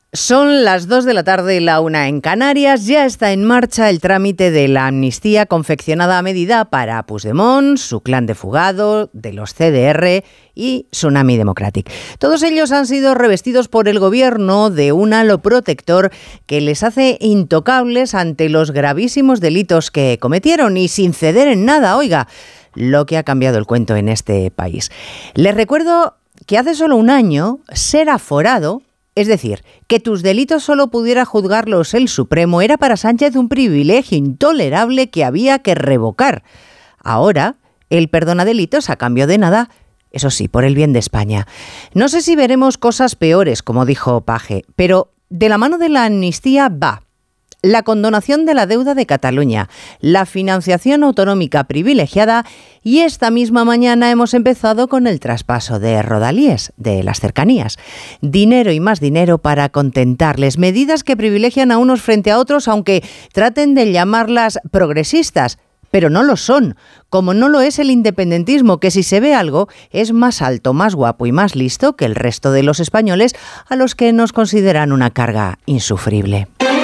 Son las 2 de la tarde, la 1 en Canarias. Ya está en marcha el trámite de la amnistía confeccionada a medida para Puigdemont, su clan de fugado, de los CDR y Tsunami Democratic. Todos ellos han sido revestidos por el gobierno de un halo protector que les hace intocables ante los gravísimos delitos que cometieron y sin ceder en nada, oiga, lo que ha cambiado el cuento en este país. Les recuerdo que hace solo un año ser aforado, es decir, que tus delitos solo pudiera juzgarlos el Supremo, era para Sánchez un privilegio intolerable que había que revocar. Ahora, él perdona delitos a cambio de nada, eso sí, por el bien de España. No sé si veremos cosas peores, como dijo Page, pero de la mano de la amnistía va la condonación de la deuda de Cataluña, la financiación autonómica privilegiada y esta misma mañana hemos empezado con el traspaso de Rodalies, de las cercanías. Dinero y más dinero para contentarles, medidas que privilegian a unos frente a otros, aunque traten de llamarlas progresistas, pero no lo son, como no lo es el independentismo, que si se ve algo es más alto, más guapo y más listo que el resto de los españoles a los que nos consideran una carga insufrible.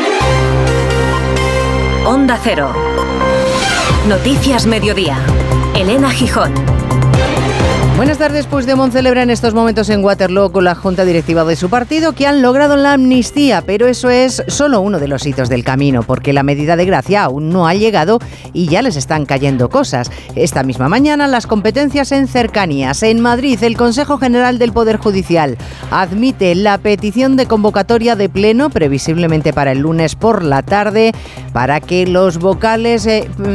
Onda Cero. Noticias Mediodía. Elena Gijón. Buenas tardes. Puigdemont celebra en estos momentos en Waterloo con la junta directiva de su partido que han logrado la amnistía, pero eso es solo uno de los hitos del camino, porque la medida de gracia aún no ha llegado y ya les están cayendo cosas. Esta misma mañana las competencias en cercanías. En Madrid, el Consejo General del Poder Judicial admite la petición de convocatoria de pleno, previsiblemente para el lunes por la tarde, para que los vocales,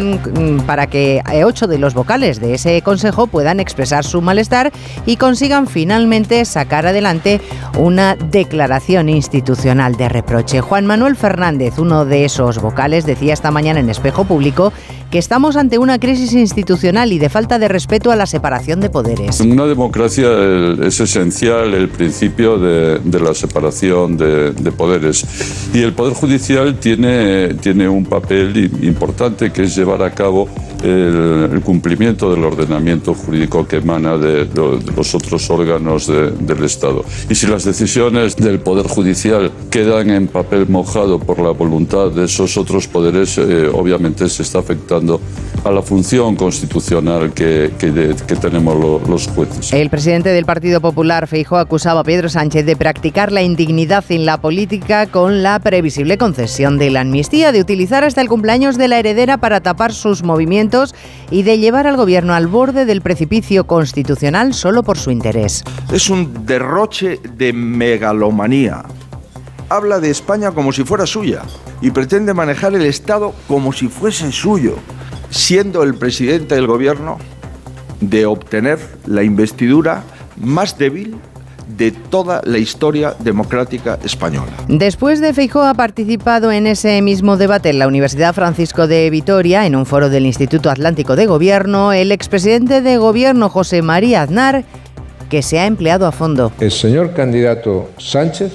8 de los vocales de ese consejo puedan expresar su malestar y consigan finalmente sacar adelante una declaración institucional de reproche. Juan Manuel Fernández, uno de esos vocales, decía esta mañana en Espejo Público que estamos ante una crisis institucional y de falta de respeto a la separación de poderes. En una democracia es esencial el principio de la separación de poderes y el Poder Judicial tiene un papel importante, que es llevar a cabo el cumplimiento del ordenamiento jurídico que emana de los otros órganos del Estado. Y si las decisiones del Poder Judicial quedan en papel mojado por la voluntad de esos otros poderes, obviamente se está afectando a la función constitucional que tenemos los jueces. El presidente del Partido Popular, Feijóo, acusaba a Pedro Sánchez de practicar la indignidad en la política con la previsible concesión de la amnistía, de utilizar hasta el cumpleaños de la heredera para tapar sus movimientos y de llevar al gobierno al borde del precipicio constitucional solo por su interés. Es un derroche de megalomanía. Habla de España como si fuera suya y pretende manejar el Estado como si fuese suyo, siendo el presidente del gobierno de obtener la investidura más débil de toda la historia democrática española. Después de Feijóo ha participado en ese mismo debate en la Universidad Francisco de Vitoria, en un foro del Instituto Atlántico de Gobierno, el expresidente de Gobierno, José María Aznar, que se ha empleado a fondo. El señor candidato Sánchez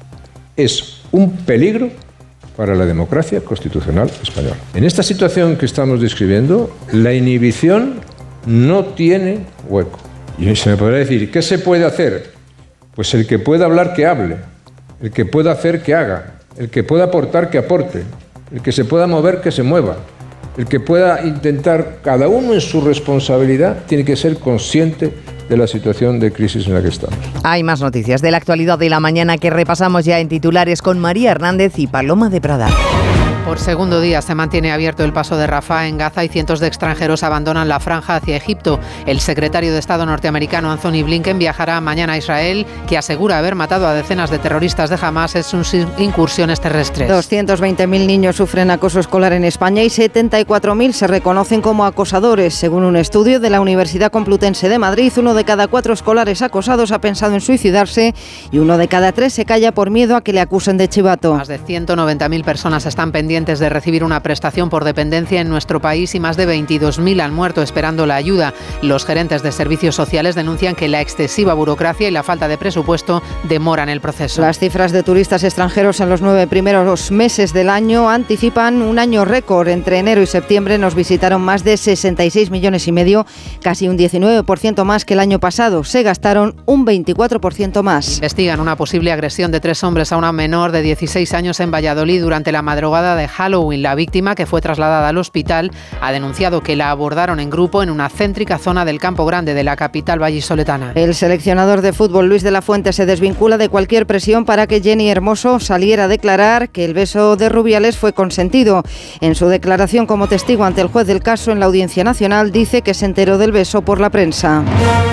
es un peligro para la democracia constitucional española. En esta situación que estamos describiendo, la inhibición no tiene hueco. Y se me podrá decir, ¿qué se puede hacer? Pues el que pueda hablar, que hable. El que pueda hacer, que haga. El que pueda aportar, que aporte. El que se pueda mover, que se mueva. El que pueda intentar, cada uno en su responsabilidad, tiene que ser consciente de la situación de crisis en la que estamos. Hay más noticias de la actualidad de la mañana que repasamos ya en titulares con María Hernández y Paloma de Prada. Por segundo día se mantiene abierto el paso de Rafah en Gaza y cientos de extranjeros abandonan la franja hacia Egipto. El secretario de Estado norteamericano Anthony Blinken viajará mañana a Israel, que asegura haber matado a decenas de terroristas de Hamás en sus incursiones terrestres. 220.000 niños sufren acoso escolar en España y 74.000 se reconocen como acosadores. Según un estudio de la Universidad Complutense de Madrid, 1 de cada 4 escolares acosados ha pensado en suicidarse y 1 de cada 3 se calla por miedo a que le acusen de chivato. Más de 190.000 personas están pendientes pendientes de recibir una prestación por dependencia en nuestro país y más de 22.000 han muerto esperando la ayuda. Los gerentes de servicios sociales denuncian que la excesiva burocracia y la falta de presupuesto demoran el proceso. Las cifras de turistas extranjeros en los 9 primeros meses del año anticipan un año récord. Entre enero y septiembre nos visitaron más de 66,5 millones, casi un 19% más que el año pasado. Se gastaron un 24% más. Investigan una posible agresión de 3 hombres a una menor de 16 años en Valladolid durante la madrugada de Halloween. La víctima, que fue trasladada al hospital, ha denunciado que la abordaron en grupo en una céntrica zona del Campo Grande de la capital vallisoletana. El seleccionador de fútbol Luis de la Fuente se desvincula de cualquier presión para que Jenny Hermoso saliera a declarar que el beso de Rubiales fue consentido. En su declaración como testigo ante el juez del caso en la Audiencia Nacional, dice que se enteró del beso por la prensa.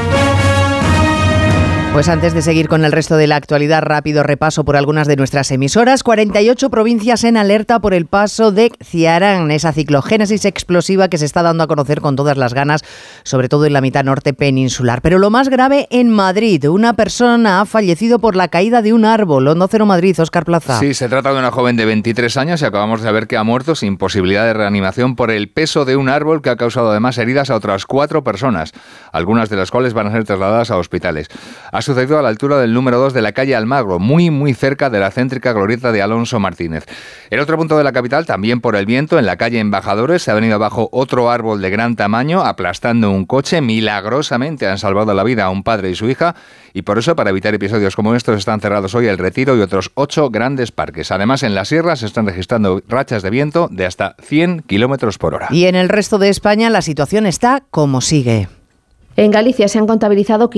Pues antes de seguir con el resto de la actualidad, rápido repaso por algunas de nuestras emisoras. 48 provincias en alerta por el paso de Ciarán, esa ciclogénesis explosiva que se está dando a conocer con todas las ganas, sobre todo en la mitad norte peninsular. Pero lo más grave en Madrid, una persona ha fallecido por la caída de un árbol. Onda Cero Madrid, Óscar Plaza. Sí, se trata de una joven de 23 años y acabamos de ver que ha muerto sin posibilidad de reanimación por el peso de un árbol que ha causado además heridas a otras 4 personas, algunas de las cuales van a ser trasladadas a hospitales. Ha sucedido a la altura del número 2 de la calle Almagro, muy cerca de la céntrica glorieta de Alonso Martínez. En otro punto de la capital, también por el viento, en la calle Embajadores, se ha venido abajo otro árbol de gran tamaño, aplastando un coche. Milagrosamente han salvado la vida a un padre y su hija, y por eso, para evitar episodios como estos, están cerrados hoy el Retiro y otros 8 grandes parques. Además, en la sierra se están registrando rachas de viento de hasta 100 kilómetros por hora. Y en el resto de España la situación está como sigue. En Galicia se han contabilizado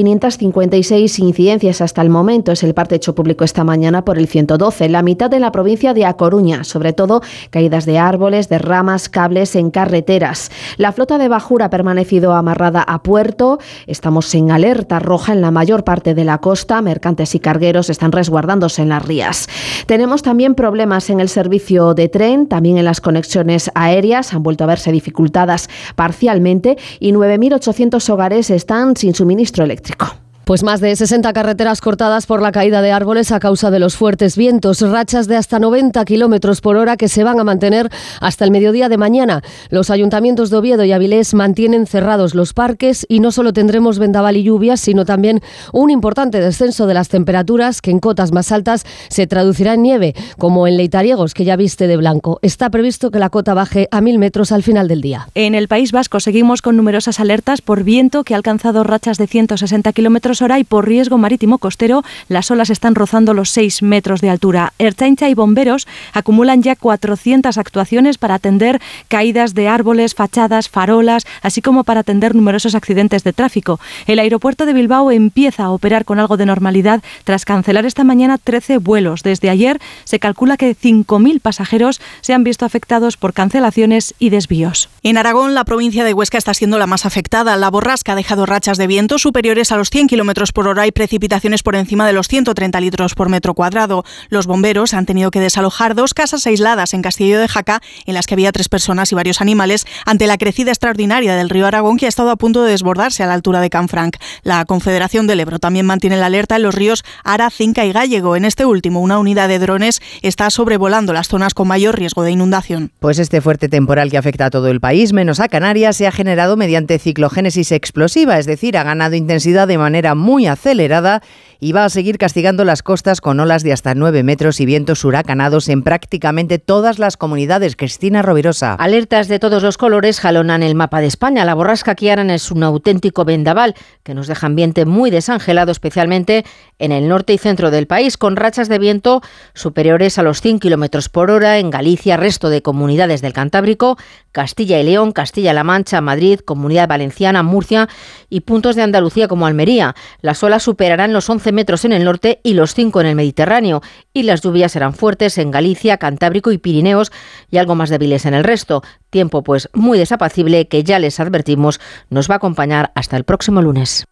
556 incidencias hasta el momento. Es el parte hecho público esta mañana por el 112, la mitad de la provincia de A Coruña, sobre todo caídas de árboles, de ramas, cables en carreteras. La flota de Bajura ha permanecido amarrada a puerto. Estamos en alerta roja en la mayor parte de la costa. Mercantes y cargueros están resguardándose en las rías. Tenemos también problemas en el servicio de tren, también en las conexiones aéreas. Han vuelto a verse dificultadas parcialmente y 9.800 hogares están sin suministro eléctrico. Pues más de 60 carreteras cortadas por la caída de árboles a causa de los fuertes vientos, rachas de hasta 90 kilómetros por hora que se van a mantener hasta el mediodía de mañana. Los ayuntamientos de Oviedo y Avilés mantienen cerrados los parques y no solo tendremos vendaval y lluvias, sino también un importante descenso de las temperaturas que en cotas más altas se traducirá en nieve, como en Leitariegos, que ya viste de blanco. Está previsto que la cota baje a 1.000 metros al final del día. En el País Vasco seguimos con numerosas alertas por viento que ha alcanzado rachas de 160 kilómetros hora y por riesgo marítimo costero, las olas están rozando los 6 metros de altura. Ertzaintza y bomberos acumulan ya 400 actuaciones para atender caídas de árboles, fachadas, farolas, así como para atender numerosos accidentes de tráfico. El aeropuerto de Bilbao empieza a operar con algo de normalidad tras cancelar esta mañana 13 vuelos. Desde ayer se calcula que 5.000 pasajeros se han visto afectados por cancelaciones y desvíos. En Aragón, la provincia de Huesca está siendo la más afectada. La borrasca ha dejado rachas de viento superiores a los 100 kilómetros por hora y precipitaciones por encima de los 130 litros por metro cuadrado. Los bomberos han tenido que desalojar 2 casas aisladas en Castillo de Jaca, en las que había 3 personas y varios animales, ante la crecida extraordinaria del río Aragón, que ha estado a punto de desbordarse a la altura de Canfranc. La Confederación del Ebro también mantiene la alerta en los ríos Ara, Cinca y Gállego. En este último, una unidad de drones está sobrevolando las zonas con mayor riesgo de inundación. Pues este fuerte temporal que afecta a todo el país, menos a Canarias, se ha generado mediante ciclogénesis explosiva, es decir, ha ganado intensidad de manera muy acelerada y va a seguir castigando las costas con olas de hasta 9 metros y vientos huracanados en prácticamente todas las comunidades. Cristina Rovirosa. Alertas de todos los colores jalonan el mapa de España. La borrasca Kiaran es un auténtico vendaval que nos deja ambiente muy desangelado, especialmente en el norte y centro del país, con rachas de viento superiores a los 100 kilómetros por hora en Galicia, resto de comunidades del Cantábrico, Castilla y León, Castilla-La Mancha, Madrid, Comunidad Valenciana, Murcia y puntos de Andalucía como Almería. Las olas superarán los 11 metros en el norte y los 5 en el Mediterráneo, y las lluvias serán fuertes en Galicia, Cantábrico y Pirineos y algo más débiles en el resto. Tiempo pues muy desapacible que, ya les advertimos, nos va a acompañar hasta el próximo lunes.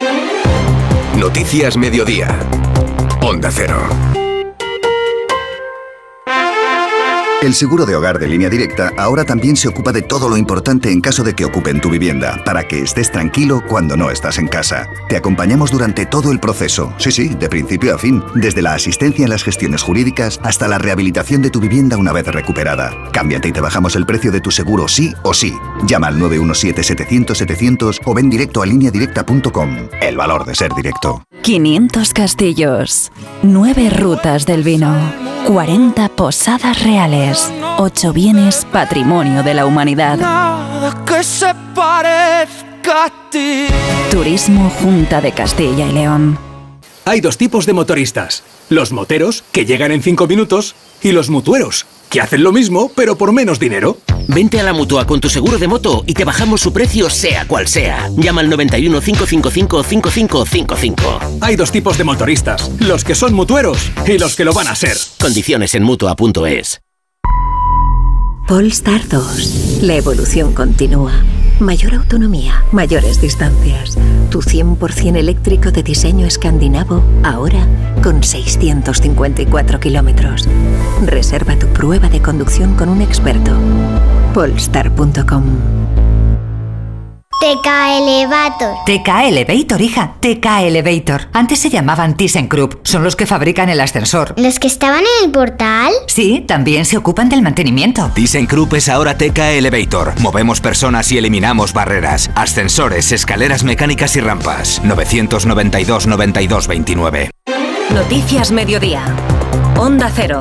Noticias Mediodía. Onda Cero. El seguro de hogar de Línea Directa ahora también se ocupa de todo lo importante en caso de que ocupen tu vivienda, para que estés tranquilo cuando no estás en casa. Te acompañamos durante todo el proceso, sí, de principio a fin, desde la asistencia en las gestiones jurídicas hasta la rehabilitación de tu vivienda una vez recuperada. Cámbiate y te bajamos el precio de tu seguro sí o sí. Llama al 917-700-700 o ven directo a lineadirecta.com. El valor de ser directo. 500 castillos, 9 rutas del vino, 40 posadas reales, 8 bienes patrimonio de la humanidad. Nada que se parezca a ti. Turismo Junta de Castilla y León. Hay dos tipos de motoristas: los moteros, que llegan en 5 minutos, y los mutueros, que hacen lo mismo, pero por menos dinero. Vente a la Mutua con tu seguro de moto y te bajamos su precio sea cual sea. Llama al 91 555 5555. Hay dos tipos de motoristas: los que son mutueros y los que lo van a ser. Condiciones en Mutua.es. Polestar 2. La evolución continúa. Mayor autonomía, mayores distancias. Tu 100% eléctrico de diseño escandinavo, ahora con 654 kilómetros. Reserva tu prueba de conducción con un experto. Polestar.com. TK Elevator. TK Elevator, hija. TK Elevator. Antes se llamaban ThyssenKrupp. Son los que fabrican el ascensor. ¿Los que estaban en el portal? Sí, también se ocupan del mantenimiento. ThyssenKrupp es ahora TK Elevator. Movemos personas y eliminamos barreras. Ascensores, escaleras mecánicas y rampas. 992 92 29. Noticias Mediodía. Onda Cero.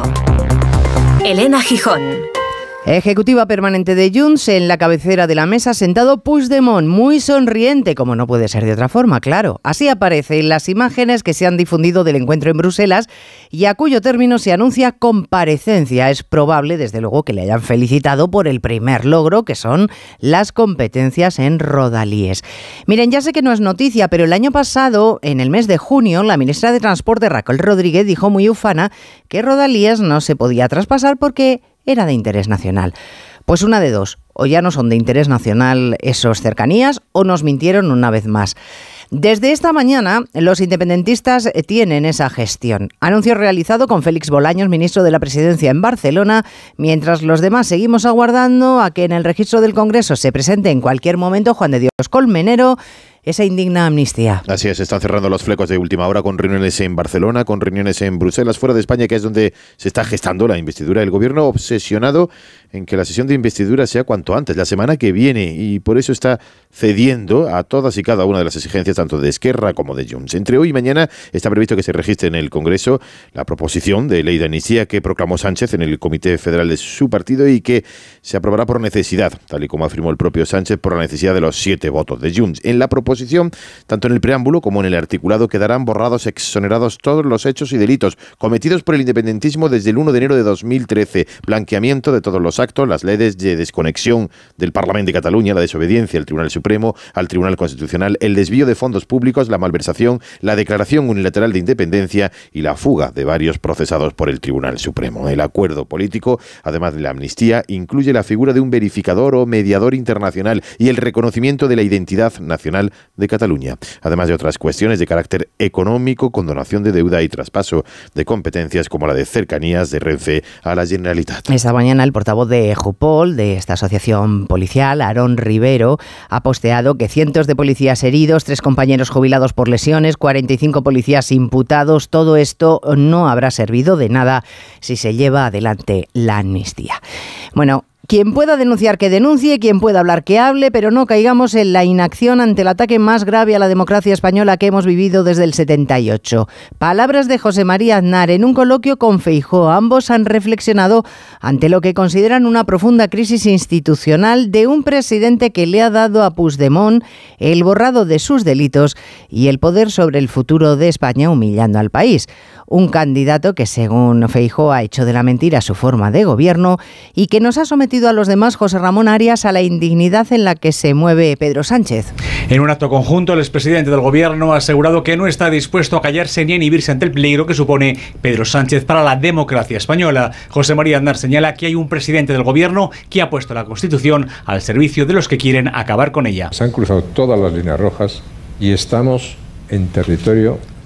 Elena Gijón. Ejecutiva permanente de Junts, en la cabecera de la mesa sentado Puigdemont, muy sonriente, como no puede ser de otra forma, claro. Así aparece en las imágenes que se han difundido del encuentro en Bruselas y a cuyo término se anuncia comparecencia. Es probable, desde luego, que le hayan felicitado por el primer logro, que son las competencias en rodalíes. Miren, ya sé que no es noticia, pero el año pasado, en el mes de junio, la ministra de Transporte, Raquel Rodríguez, dijo muy ufana que rodalíes no se podía traspasar porque era de interés nacional. Pues una de dos, o ya no son de interés nacional esos cercanías, o nos mintieron una vez más. Desde esta mañana, los independentistas tienen esa gestión. Anuncio realizado con Félix Bolaños, ministro de la Presidencia en Barcelona, mientras los demás seguimos aguardando a que en el registro del Congreso se presente en cualquier momento Juan de Dios Colmenero esa indigna amnistía. Así es, están cerrando los flecos de última hora con reuniones en Barcelona, con reuniones en Bruselas, fuera de España, que es donde se está gestando la investidura. El gobierno obsesionado en que la sesión de investidura sea cuanto antes, la semana que viene, y por eso está cediendo a todas y cada una de las exigencias tanto de Esquerra como de Junts. Entre hoy y mañana está previsto que se registre en el Congreso la proposición de ley de amnistía que proclamó Sánchez en el Comité Federal de su partido y que se aprobará por necesidad, tal y como afirmó el propio Sánchez, por la necesidad de los 7 votos de Junts. En la proposición, tanto en el preámbulo como en el articulado, quedarán borrados, exonerados todos los hechos y delitos cometidos por el independentismo desde el 1 de enero de 2013, blanqueamiento de todos los actos, las leyes de desconexión del Parlamento de Cataluña, la desobediencia al Tribunal Supremo, al Tribunal Constitucional, el desvío de fondos públicos, la malversación, la declaración unilateral de independencia y la fuga de varios procesados por el Tribunal Supremo. El acuerdo político, además de la amnistía, incluye la figura de un verificador o mediador internacional y el reconocimiento de la identidad nacional de Cataluña, además de otras cuestiones de carácter económico, condonación de deuda y traspaso de competencias como la de cercanías de Renfe a la Generalitat. Esta mañana el portavoz de Jupol, de esta asociación policial, Aarón Rivero, ha posteado que cientos de policías heridos, 3 compañeros jubilados por lesiones, 45 policías imputados, todo esto no habrá servido de nada si se lleva adelante la amnistía. Bueno, quien pueda denunciar que denuncie, quien pueda hablar que hable, pero no caigamos en la inacción ante el ataque más grave a la democracia española que hemos vivido desde el 78. Palabras de José María Aznar en un coloquio con Feijóo. Ambos han reflexionado ante lo que consideran una profunda crisis institucional de un presidente que le ha dado a Puigdemont el borrado de sus delitos y el poder sobre el futuro de España, humillando al país. Un candidato que, según Feijóo, ha hecho de la mentira su forma de gobierno y que nos ha sometido a los demás, José Ramón Arias, a la indignidad en la que se mueve Pedro Sánchez. En un acto conjunto, el expresidente del gobierno ha asegurado que no está dispuesto a callarse ni a inhibirse ante el peligro que supone Pedro Sánchez para la democracia española. José María Aznar señala que hay un presidente del gobierno que ha puesto la Constitución al servicio de los que quieren acabar con ella. Se han cruzado todas las líneas rojas y estamos en territorio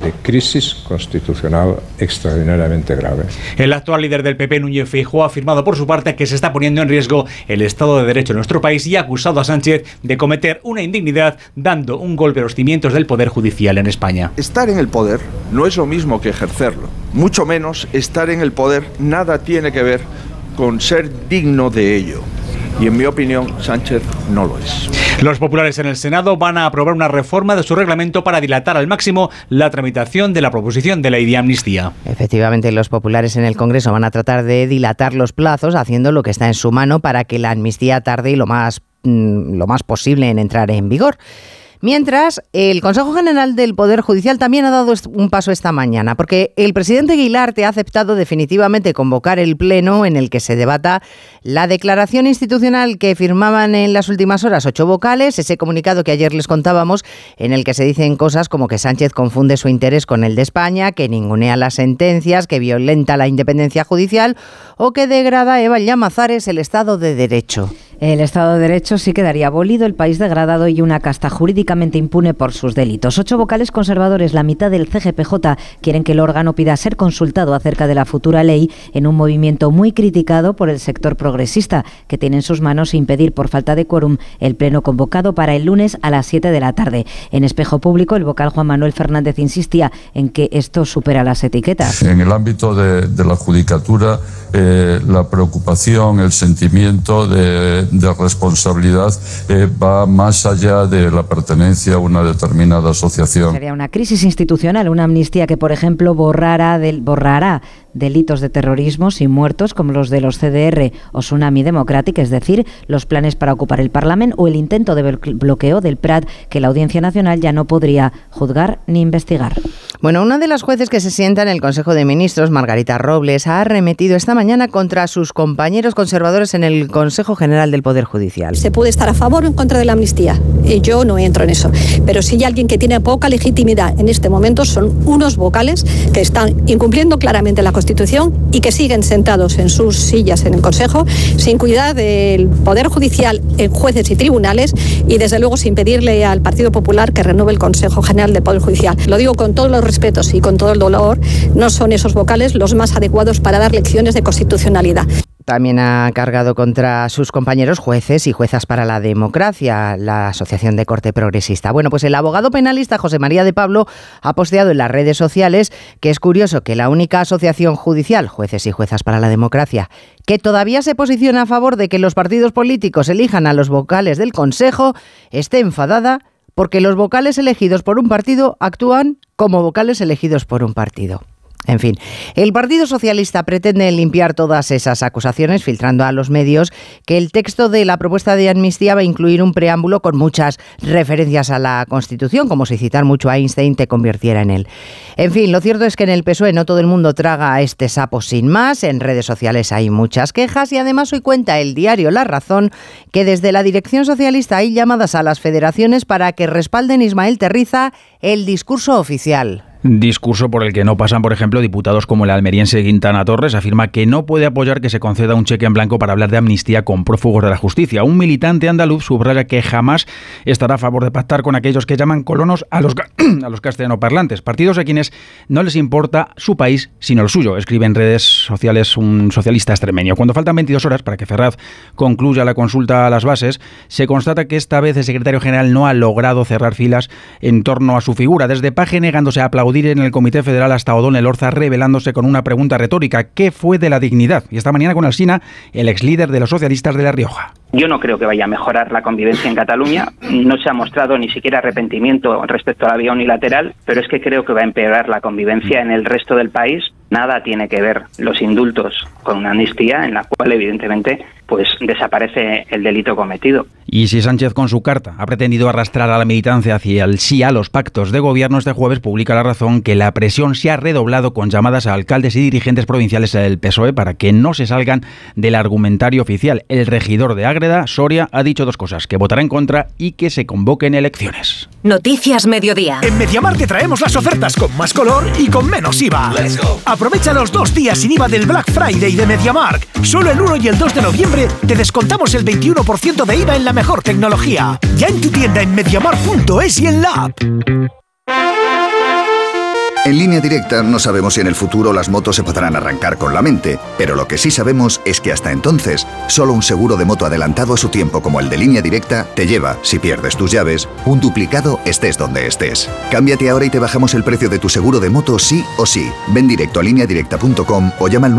de crisis constitucional extraordinariamente grave. El actual líder del PP, Núñez Feijóo, ha afirmado por su parte que se está poniendo en riesgo el Estado de Derecho en nuestro país y ha acusado a Sánchez de cometer una indignidad dando un golpe a los cimientos del Poder Judicial en España. Estar en el poder no es lo mismo que ejercerlo. Mucho menos estar en el poder nada tiene que ver con ser digno de ello. Y en mi opinión, Sánchez no lo es. Los populares en el Senado van a aprobar una reforma de su reglamento para dilatar al máximo la tramitación de la proposición de ley de amnistía. Efectivamente, los populares en el Congreso van a tratar de dilatar los plazos, haciendo lo que está en su mano para que la amnistía tarde lo más posible en entrar en vigor. Mientras, el Consejo General del Poder Judicial también ha dado un paso esta mañana, porque el presidente Guilarte ha aceptado definitivamente convocar el pleno en el que se debata la declaración institucional que firmaban en las últimas horas 8 vocales, ese comunicado que ayer les contábamos, en el que se dicen cosas como que Sánchez confunde su interés con el de España, que ningunea las sentencias, que violenta la independencia judicial o que degrada, Eva Llamazares, el Estado de Derecho. El Estado de Derecho sí quedaría abolido, el país degradado y una casta jurídicamente impune por sus delitos. 8 vocales conservadores, la mitad del CGPJ, quieren que el órgano pida ser consultado acerca de la futura ley en un movimiento muy criticado por el sector progresista, que tiene en sus manos impedir por falta de quórum el pleno convocado para el lunes a las 7 de la tarde. En Espejo Público, el vocal Juan Manuel Fernández insistía en que esto supera las etiquetas. En el ámbito de la judicatura, la preocupación, el sentimiento de responsabilidad va más allá de la pertenencia a una determinada asociación. Sería una crisis institucional, una amnistía que, por ejemplo, borrará delitos de terrorismo sin muertos como los de los CDR o Tsunami Democratic, es decir, los planes para ocupar el Parlamento o el intento de bloqueo del Prat, que la Audiencia Nacional ya no podría juzgar ni investigar. Bueno, una de las jueces que se sienta en el Consejo de Ministros, Margarita Robles, ha arremetido esta mañana contra sus compañeros conservadores en el Consejo General del Poder Judicial. Se puede estar a favor o en contra de la amnistía. Yo no entro en eso. Pero si hay alguien que tiene poca legitimidad en este momento, son unos vocales que están incumpliendo claramente la Constitución y que siguen sentados en sus sillas en el Consejo sin cuidar del Poder Judicial en jueces y tribunales y desde luego sin pedirle al Partido Popular que renueve el Consejo General del Poder Judicial. Lo digo con todos los respetos y con todo el dolor, no son esos vocales los más adecuados para dar lecciones de constitucionalidad. También ha cargado contra sus compañeros jueces y juezas para la democracia, la Asociación de Corte Progresista. Bueno, pues el abogado penalista José María de Pablo ha posteado en las redes sociales que es curioso que la única asociación judicial, Jueces y Juezas para la Democracia, que todavía se posiciona a favor de que los partidos políticos elijan a los vocales del Consejo, esté enfadada porque los vocales elegidos por un partido actúan como vocales elegidos por un partido. En fin, el Partido Socialista pretende limpiar todas esas acusaciones filtrando a los medios que el texto de la propuesta de amnistía va a incluir un preámbulo con muchas referencias a la Constitución, como si citar mucho a Einstein te convirtiera en él. En fin, lo cierto es que en el PSOE no todo el mundo traga a este sapo sin más, en redes sociales hay muchas quejas y además hoy cuenta el diario La Razón que desde la dirección socialista hay llamadas a las federaciones para que respalden Ismael Terriza el discurso oficial. Discurso por el que no pasan, por ejemplo, diputados como el almeriense Quintana Torres. Afirma que no puede apoyar que se conceda un cheque en blanco para hablar de amnistía con prófugos de la justicia. Un militante andaluz subraya que jamás estará a favor de pactar con aquellos que llaman colonos a los castellanoparlantes, partidos a quienes no les importa su país sino el suyo, escribe en redes sociales un socialista extremeño. Cuando faltan 22 horas para que Ferraz concluya la consulta a las bases, se constata que esta vez el secretario general no ha logrado cerrar filas en torno a su figura, desde Paje negándose a aplaudir en el Comité Federal hasta Odón Elorza revelándose con una pregunta retórica: ¿qué fue de la dignidad? Y esta mañana con Alsina, el ex líder de los socialistas de La Rioja. Yo no creo que vaya a mejorar la convivencia en Cataluña, no se ha mostrado ni siquiera arrepentimiento respecto a la vía unilateral, pero es que creo que va a empeorar la convivencia en el resto del país. Nada tiene que ver los indultos con una amnistía en la cual evidentemente pues desaparece el delito cometido. Y si Sánchez con su carta ha pretendido arrastrar a la militancia hacia el sí a los pactos de gobierno, este jueves publica La Razón que la presión se ha redoblado con llamadas a alcaldes y dirigentes provinciales del PSOE para que no se salgan del argumentario oficial. El regidor de Ágreda, Soria, ha dicho dos cosas: que votará en contra y que se convoquen elecciones. Noticias Mediodía. En MediaMarkt te traemos las ofertas con más color y con menos IVA. ¡Let's go! Aprovecha los 2 días sin IVA del Black Friday de MediaMarkt. Solo el 1 y el 2 de noviembre te descontamos el 21% de IVA en la mejor tecnología. Ya en tu tienda en MediaMarkt.es y en la app. En Línea Directa no sabemos si en el futuro las motos se podrán arrancar con la mente, pero lo que sí sabemos es que hasta entonces, solo un seguro de moto adelantado a su tiempo como el de Línea Directa te lleva, si pierdes tus llaves, un duplicado estés donde estés. Cámbiate ahora y te bajamos el precio de tu seguro de moto sí o sí. Ven directo a lineadirecta.com o llama al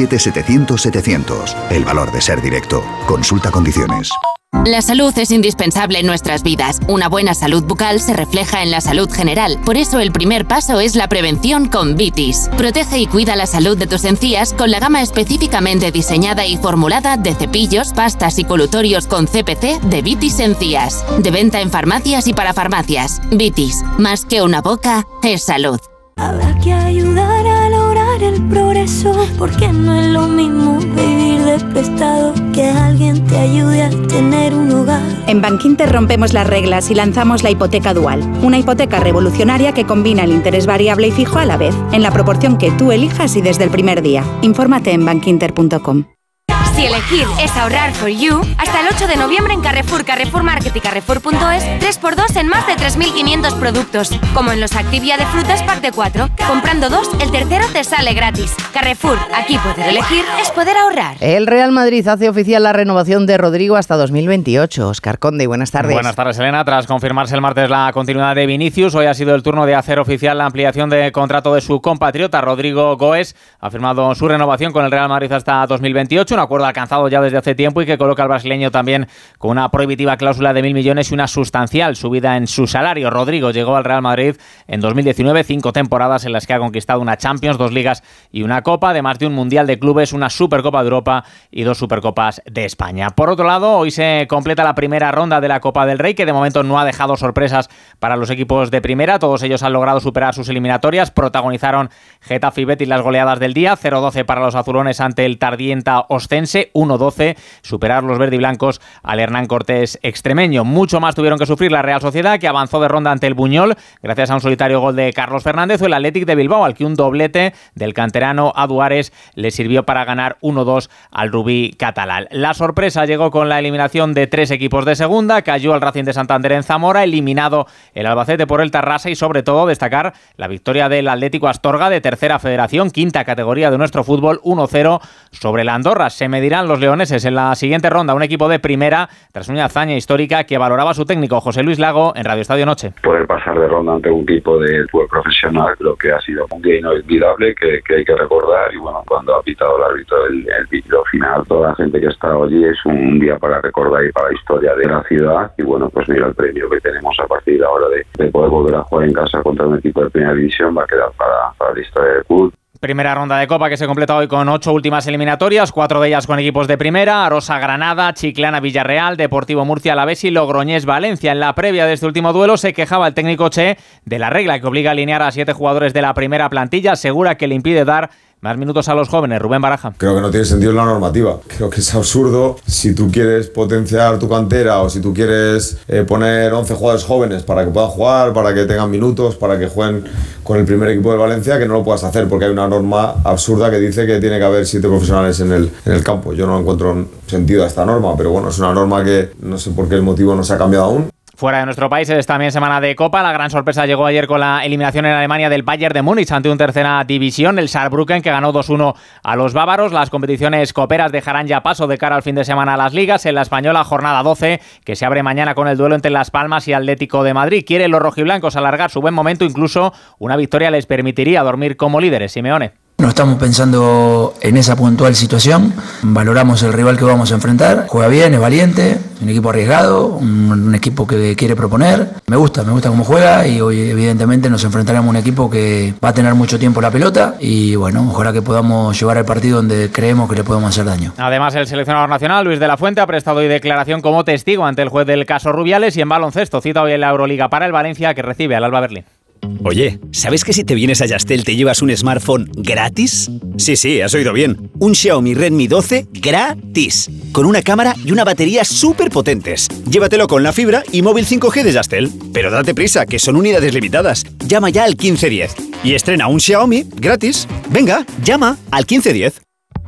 917-700-700. El valor de ser directo. Consulta condiciones. La salud es indispensable en nuestras vidas. Una buena salud bucal se refleja en la salud general. Por eso el primer paso es la prevención con Vitis. Protege y cuida la salud de tus encías con la gama específicamente diseñada y formulada de cepillos, pastas y colutorios con CPC de Vitis Encías. De venta en farmacias y para farmacias. Vitis, más que una boca, es salud. Habrá que ayudar a lograr el progreso, porque no es lo mismo vivir de prestado que alguien te ayude a tener un hogar. En Bankinter rompemos las reglas y lanzamos la hipoteca dual, una hipoteca revolucionaria que combina el interés variable y fijo a la vez, en la proporción que tú elijas y desde el primer día. Infórmate en bankinter.com. Si elegir es ahorrar for you, hasta el 8 de noviembre en Carrefour, Carrefour Market y Carrefour.es, 3x2 en más de 3.500 productos. Como en los Activia de frutas pack de 4. Comprando 2, el tercero te sale gratis. Carrefour, aquí poder elegir es poder ahorrar. El Real Madrid hace oficial la renovación de Rodrigo hasta 2028. Óscar Conde, buenas tardes. Buenas tardes, Elena. Tras confirmarse el martes la continuidad de Vinicius, hoy ha sido el turno de hacer oficial la ampliación de contrato de su compatriota Rodrigo Goes. Ha firmado su renovación con el Real Madrid hasta 2028, un acuerdo alcanzado ya desde hace tiempo y que coloca al brasileño también con una prohibitiva cláusula de 1.000 millones y una sustancial subida en su salario. Rodrigo llegó al Real Madrid en 2019, 5 temporadas en las que ha conquistado una Champions, 2 Ligas y una Copa, además de un Mundial de Clubes, una Supercopa de Europa y 2 Supercopas de España. Por otro lado, hoy se completa la primera ronda de la Copa del Rey, que de momento no ha dejado sorpresas para los equipos de primera. Todos ellos han logrado superar sus eliminatorias. Protagonizaron Getafe y Betis las goleadas del día, 0-12 para los azulones ante el Tardienta Ostense, 1-12 superar los verdiblancos al Hernán Cortés extremeño. Mucho más tuvieron que sufrir la Real Sociedad, que avanzó de ronda ante el Buñol gracias a un solitario gol de Carlos Fernández, o el Athletic de Bilbao, al que un doblete del canterano Aduares le sirvió para ganar 1-2 al Rubí catalán. La sorpresa llegó con la eliminación de 3 equipos de segunda. Cayó al Racing de Santander en Zamora, eliminado el Albacete por el Tarrasa, y sobre todo destacar la victoria del Atlético Astorga de tercera federación, quinta categoría de nuestro fútbol, 1-0 sobre la Andorra. Se medirán los leoneses en la siguiente ronda, un equipo de primera tras una hazaña histórica que valoraba su técnico José Luis Lago en Radio Estadio Noche. Poder pasar de ronda ante un equipo de fútbol profesional, creo que ha sido un día inolvidable que hay que recordar, y bueno, cuando ha pitado el árbitro el vídeo final, toda la gente que ha estado allí, es un día para recordar y para la historia de la ciudad. Y bueno, pues mira, el premio que tenemos a partir de ahora de poder volver a jugar en casa contra un equipo de primera división va a quedar para la historia del club. Primera ronda de Copa que se completa hoy con 8 últimas eliminatorias, 4 de ellas con equipos de primera: Arosa Granada, Chiclana Villarreal, Deportivo Murcia Alavés y Logroñés Valencia. En la previa de este último duelo se quejaba el técnico Che de la regla que obliga a alinear a 7 jugadores de la primera plantilla. Asegura que le impide dar más minutos a los jóvenes. Rubén Baraja. Creo que no tiene sentido la normativa. Creo que es absurdo. Si tú quieres potenciar tu cantera, o si tú quieres poner 11 jugadores jóvenes para que puedan jugar, para que tengan minutos, para que jueguen con el primer equipo del Valencia, que no lo puedas hacer porque hay una norma absurda que dice que tiene que haber 7 profesionales en el campo. Yo no encuentro sentido a esta norma, pero bueno, es una norma que no sé por qué el motivo no se ha cambiado aún. Fuera de nuestro país es también semana de Copa. La gran sorpresa llegó ayer con la eliminación en Alemania del Bayern de Múnich ante un tercera división, el Saarbrücken, que ganó 2-1 a los bávaros. Las competiciones coperas dejarán ya paso de cara al fin de semana a las ligas. En la española, jornada 12, que se abre mañana con el duelo entre Las Palmas y Atlético de Madrid. Quieren los rojiblancos alargar su buen momento, incluso una victoria les permitiría dormir como líderes. Simeone. No estamos pensando en esa puntual situación, valoramos el rival que vamos a enfrentar, juega bien, es valiente, un equipo arriesgado, un equipo que quiere proponer, me gusta cómo juega, y hoy evidentemente nos enfrentaremos a un equipo que va a tener mucho tiempo la pelota, y bueno, ojalá que podamos llevar el partido donde creemos que le podemos hacer daño. Además, el seleccionador nacional, Luis de la Fuente, ha prestado hoy declaración como testigo ante el juez del caso Rubiales. Y en baloncesto, cita hoy en la Euroliga para el Valencia, que recibe al Alba Berlín. Oye, ¿sabes que si te vienes a Yastel te llevas un smartphone gratis? Sí, has oído bien. Un Xiaomi Redmi 12 gratis. Con una cámara y una batería súper potentes. Llévatelo con la fibra y móvil 5G de Yastel. Pero date prisa, que son unidades limitadas. Llama ya al 1510 y estrena un Xiaomi gratis. Venga, llama al 1510.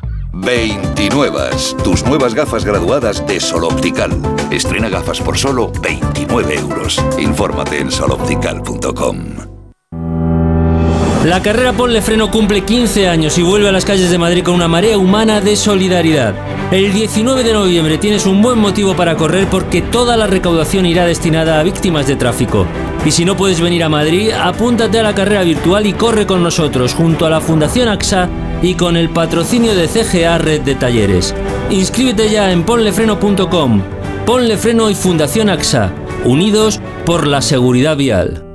29. Tus nuevas gafas graduadas de Sol Optical. Estrena gafas por solo 29 euros. Infórmate en soloptical.com. La carrera Ponle Freno cumple 15 años y vuelve a las calles de Madrid con una marea humana de solidaridad. El 19 de noviembre tienes un buen motivo para correr porque toda la recaudación irá destinada a víctimas de tráfico. Y si no puedes venir a Madrid, apúntate a la carrera virtual y corre con nosotros junto a la Fundación AXA y con el patrocinio de CGA Red de Talleres. Inscríbete ya en ponlefreno.com. Ponle Freno y Fundación AXA, unidos por la seguridad vial.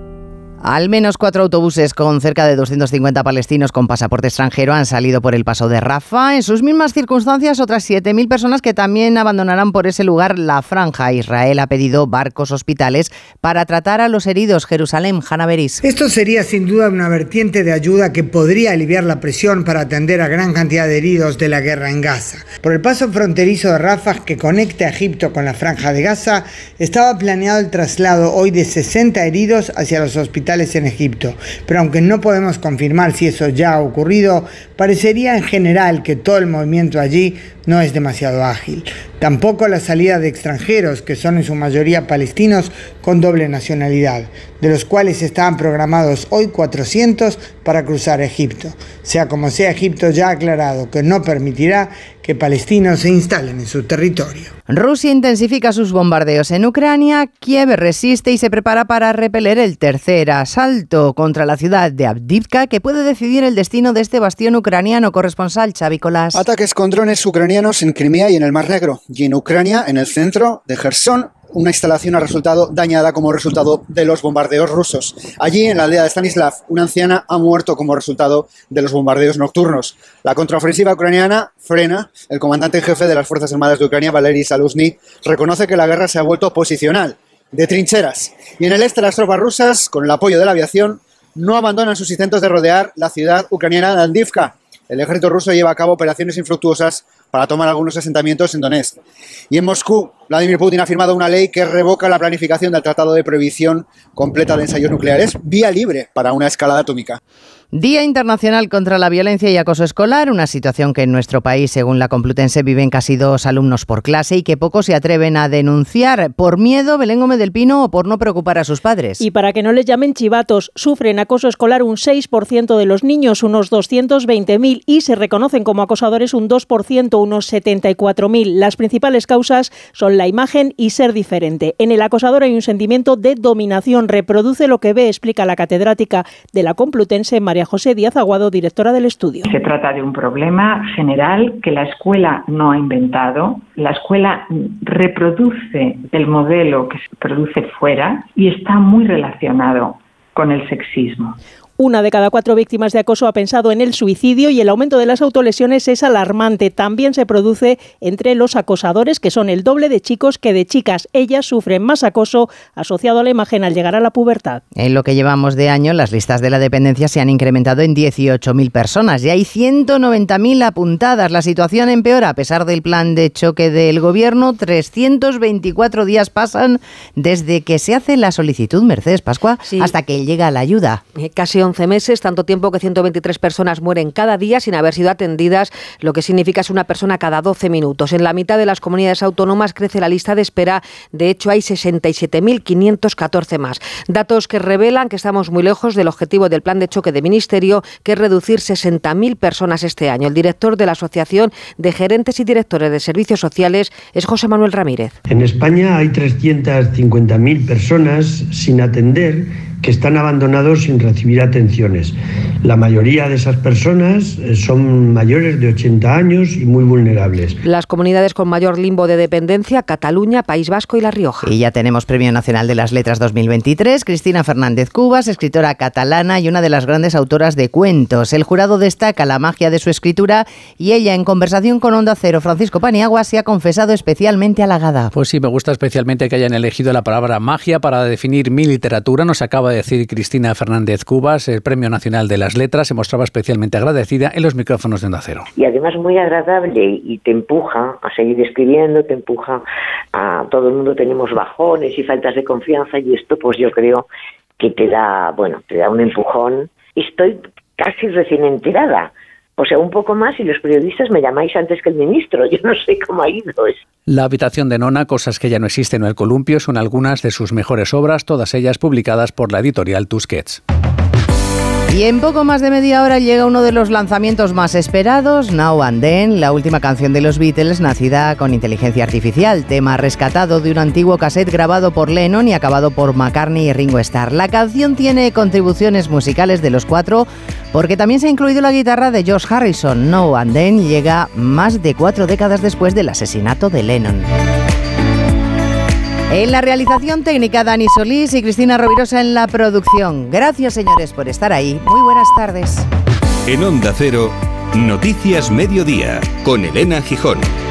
Al menos 4 autobuses con cerca de 250 palestinos con pasaporte extranjero han salido por el paso de Rafah. En sus mismas circunstancias, otras 7.000 personas que también abandonarán por ese lugar la franja. Israel ha pedido barcos hospitales para tratar a los heridos. Jerusalén, Hanna Beris. Esto sería sin duda una vertiente de ayuda que podría aliviar la presión para atender a gran cantidad de heridos de la guerra en Gaza. Por el paso fronterizo de Rafah que conecta a Egipto con la franja de Gaza, estaba planeado el traslado hoy de 60 heridos hacia los hospitales en Egipto, pero aunque no podemos confirmar si eso ya ha ocurrido, parecería en general que todo el movimiento allí no es demasiado ágil. Tampoco la salida de extranjeros, que son en su mayoría palestinos con doble nacionalidad, de los cuales estaban programados hoy 400 para cruzar Egipto. Sea como sea, Egipto ya ha aclarado que no permitirá que palestinos se instalen en su territorio. Rusia intensifica sus bombardeos en Ucrania. Kiev resiste y se prepara para repeler el tercer asalto contra la ciudad de Avdiivka, que puede decidir el destino de este bastión ucraniano. Corresponsal Xavi Colás. Ataques con drones ucranianos en Crimea y en el Mar Negro, y en Ucrania, en el centro de Jersón, una instalación ha resultado dañada como resultado de los bombardeos rusos. Allí, en la aldea de Stanislav, una anciana ha muerto como resultado de los bombardeos nocturnos. La contraofensiva ucraniana frena. El comandante en jefe de las Fuerzas Armadas de Ucrania, Valery Zaluzny, reconoce que la guerra se ha vuelto posicional, de trincheras. Y en el este, las tropas rusas, con el apoyo de la aviación, no abandonan sus intentos de rodear la ciudad ucraniana de Avdiivka. El ejército ruso lleva a cabo operaciones infructuosas para tomar algunos asentamientos en Donetsk. Y en Moscú, Vladimir Putin ha firmado una ley que revoca la planificación del Tratado de Prohibición Completa de Ensayos Nucleares, vía libre para una escalada atómica. Día Internacional contra la Violencia y Acoso Escolar, una situación que en nuestro país, según la Complutense, viven casi 2 alumnos por clase y que pocos se atreven a denunciar por miedo, Belén Gómez del Pino, o por no preocupar a sus padres. Y para que no les llamen chivatos, sufren acoso escolar un 6% de los niños, unos 220.000, y se reconocen como acosadores un 2%, unos 74.000. Las principales causas son la imagen y ser diferente. En el acosador hay un sentimiento de dominación, reproduce lo que ve, explica la catedrática de la Complutense, María José Díaz Aguado, directora del estudio. Se trata de un problema general que la escuela no ha inventado. La escuela reproduce el modelo que se produce fuera y está muy relacionado con el sexismo. 1 de cada 4 víctimas de acoso ha pensado en el suicidio y el aumento de las autolesiones es alarmante. También se produce entre los acosadores, que son el doble de chicos que de chicas. Ellas sufren más acoso asociado a la imagen al llegar a la pubertad. En lo que llevamos de año, las listas de la dependencia se han incrementado en 18.000 personas. Ya hay 190.000 apuntadas. La situación empeora a pesar del plan de choque del Gobierno. 324 días pasan desde que se hace la solicitud, Mercedes Pascua, hasta que llega la ayuda. Casi 11 meses, tanto tiempo que 123 personas mueren cada día sin haber sido atendidas, lo que significa es una persona cada 12 minutos. En la mitad de las comunidades autónomas crece la lista de espera, de hecho hay 67.514 más. Datos que revelan que estamos muy lejos del objetivo del plan de choque de Ministerio, que es reducir 60.000 personas este año. El director de la Asociación de Gerentes y Directores de Servicios Sociales es José Manuel Ramírez. En España hay 350.000 personas sin atender que están abandonados sin recibir atenciones. La mayoría de esas personas son mayores de 80 años y muy vulnerables. Las comunidades con mayor limbo de dependencia, Cataluña, País Vasco y La Rioja. Y ya tenemos Premio Nacional de las Letras 2023. Cristina Fernández Cubas, escritora catalana y una de las grandes autoras de cuentos. El jurado destaca la magia de su escritura y ella, en conversación con Onda Cero, Francisco Paniagua, se ha confesado especialmente halagada. Pues sí, me gusta especialmente que hayan elegido la palabra magia para definir mi literatura. Nos acaba de decir Cristina Fernández Cubas, el Premio Nacional de las Letras. Se mostraba especialmente agradecida en los micrófonos de Onda Cero. Y además muy agradable, y te empuja a seguir escribiendo, te empuja a... Todo el mundo tenemos bajones y faltas de confianza, y esto pues yo creo que te da un empujón. Estoy casi recién enterada. O sea, un poco más y los periodistas me llamáis antes que el ministro. Yo no sé cómo ha ido eso. La habitación de Nona, cosas que ya no existen, o El columpio son algunas de sus mejores obras, todas ellas publicadas por la editorial Tusquets. Y en poco más de media hora llega uno de los lanzamientos más esperados, Now and Then, la última canción de los Beatles nacida con inteligencia artificial, tema rescatado de un antiguo cassette grabado por Lennon y acabado por McCartney y Ringo Starr. La canción tiene contribuciones musicales de los cuatro porque también se ha incluido la guitarra de George Harrison. Now and Then llega más de 4 décadas después del asesinato de Lennon. En la realización técnica, Dani Solís y Cristina Rovirosa en la producción. Gracias, señores, por estar ahí. Muy buenas tardes. En Onda Cero, Noticias Mediodía, con Elena Gijón.